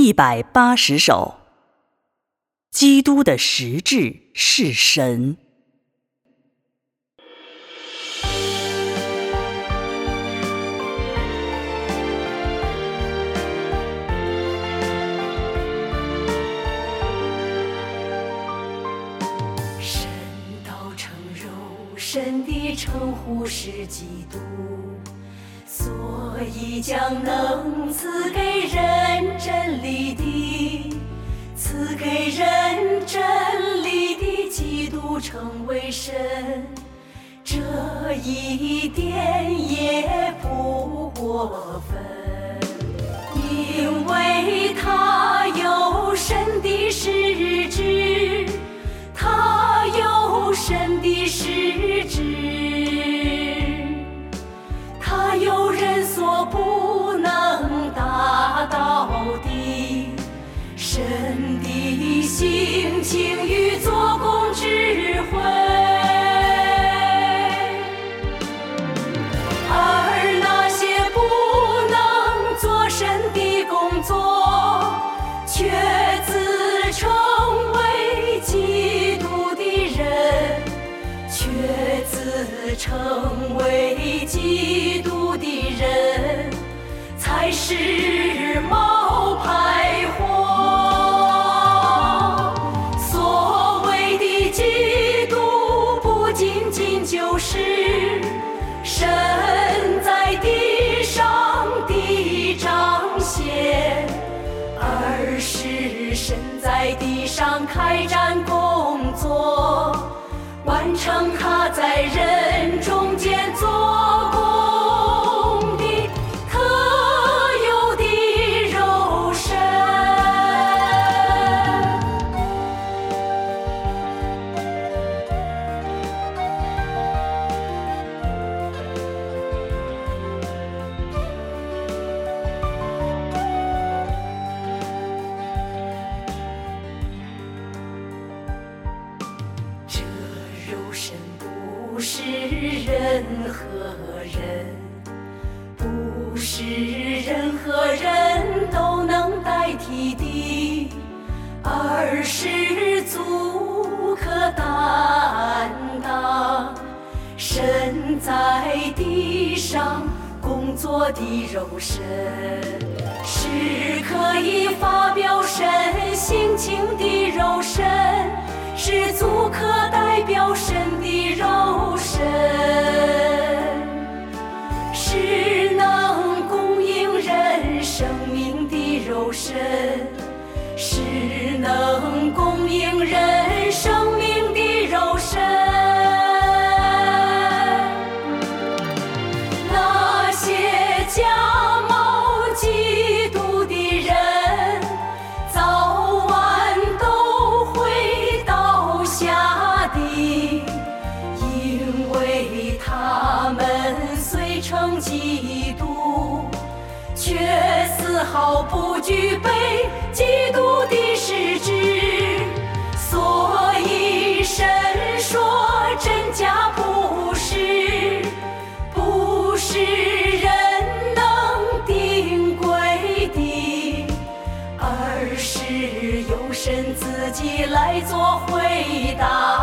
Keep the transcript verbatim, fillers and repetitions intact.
一百八十首。基督的实质是神。 神道成肉身的称呼是基督，所以将能赐给人真理的，赐给人真理的基督成为神，这一点也不过分，因为他有神的实质，他有神的实质，他有人所不能达到的神的性情与做工智慧，而那些不能做神的工作，却自称为基督的人，却自称为基督的人，才是冒牌货。所谓的基督，不仅仅就是神在地上的彰显，而是神在地上开展工作，完成他在人中间做工的特有的肉身。这肉身不是任何人，不是任何人都能代替的，而是足可担当神在地上工作的肉身，是可以发表神性情的肉身，是足可代表神的肉身，是能供应人生命的肉身，是能供应人生命的肉身。那些假冒基督的人，早晚都会倒下的，因为他们虽称基督，却丝毫不具备基督的实质，所以神说真假不是，不是人能定规的，而是由神自己来做回答。